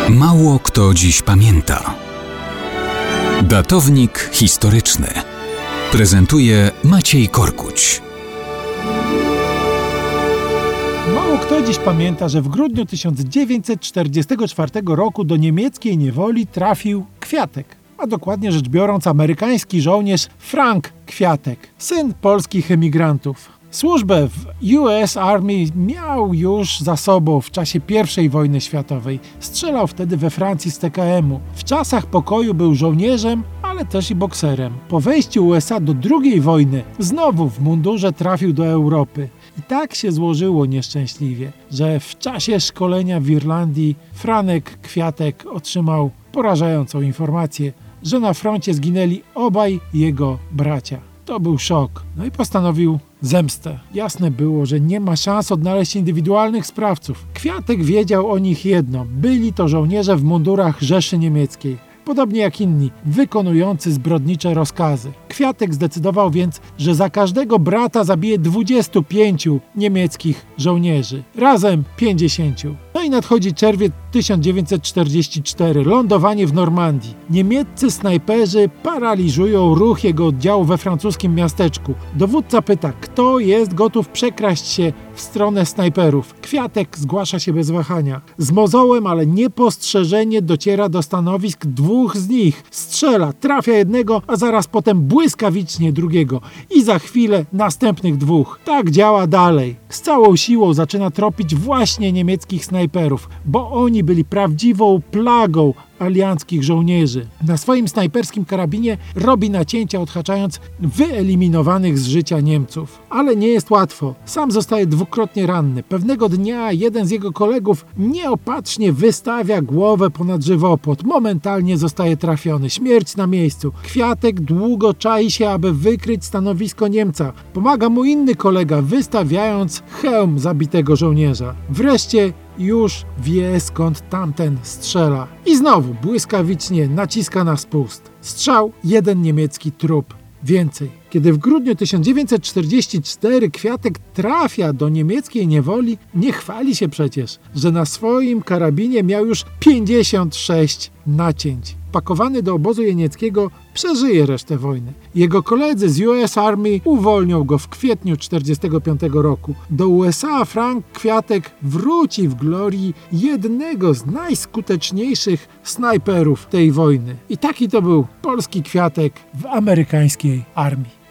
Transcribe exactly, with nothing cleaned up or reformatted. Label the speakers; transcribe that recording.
Speaker 1: Mało kto dziś pamięta. Datownik historyczny prezentuje Maciej Korkuć.
Speaker 2: Mało kto dziś pamięta, że w grudniu tysiąc dziewięćset czterdziestego czwartego roku do niemieckiej niewoli trafił Kwiatek, a dokładnie rzecz biorąc amerykański żołnierz Frank Kwiatek, syn polskich emigrantów. Służbę w U S Army miał już za sobą w czasie pierwszej wojny światowej. Strzelał wtedy we Francji z T K M u. W czasach pokoju był żołnierzem, ale też i bokserem. Po wejściu U S A do drugiej wojny znowu w mundurze trafił do Europy. I tak się złożyło nieszczęśliwie, że w czasie szkolenia w Irlandii Franek Kwiatek otrzymał porażającą informację, że na froncie zginęli obaj jego bracia. To był szok. No i postanowił zemstę. Jasne było, że nie ma szans odnaleźć indywidualnych sprawców. Kwiatek wiedział o nich jedno. Byli to żołnierze w mundurach Rzeszy Niemieckiej. Podobnie jak inni, wykonujący zbrodnicze rozkazy. Kwiatek zdecydował więc, że za każdego brata zabije dwudziestu pięciu niemieckich żołnierzy. Razem pięćdziesięciu. No i nadchodzi czerwiec tysiąc dziewięćset czterdziesty czwarty. Lądowanie w Normandii. Niemieccy snajperzy paraliżują ruch jego oddziału we francuskim miasteczku. Dowódca pyta, kto jest gotów przekraść się w stronę snajperów. Kwiatek zgłasza się bez wahania. Z mozołem, ale niepostrzeżenie dociera do stanowisk dwóch z nich. Strzela, trafia jednego, a zaraz potem błyskawicznie drugiego. I za chwilę następnych dwóch. Tak działa dalej. Z całą siłą zaczyna tropić właśnie niemieckich snajperów, bo oni byli prawdziwą plagą alianckich żołnierzy. Na swoim snajperskim karabinie robi nacięcia, odhaczając wyeliminowanych z życia Niemców. Ale nie jest łatwo. Sam zostaje dwukrotnie ranny. Pewnego dnia jeden z jego kolegów nieopatrznie wystawia głowę ponad żywopłot. Momentalnie zostaje trafiony. Śmierć na miejscu. Kwiatek długo czai się, aby wykryć stanowisko Niemca. Pomaga mu inny kolega, wystawiając hełm zabitego żołnierza. Wreszcie już wie, skąd tamten strzela. I znowu błyskawicznie naciska na spust. Strzał, jeden niemiecki trup. Więcej. Kiedy w grudniu tysiąc dziewięćset czterdziestego czwartego Kwiatek trafia do niemieckiej niewoli, nie chwali się przecież, że na swoim karabinie miał już pięćdziesiąt sześć nacięć. Pakowany do obozu jenieckiego przeżyje resztę wojny. Jego koledzy z U S Army uwolnią go w kwietniu tysiąc dziewięćset czterdziestego piątego roku. Do U S A Frank Kwiatek wróci w glorii jednego z najskuteczniejszych snajperów tej wojny. I taki to był polski Kwiatek w amerykańskiej armii.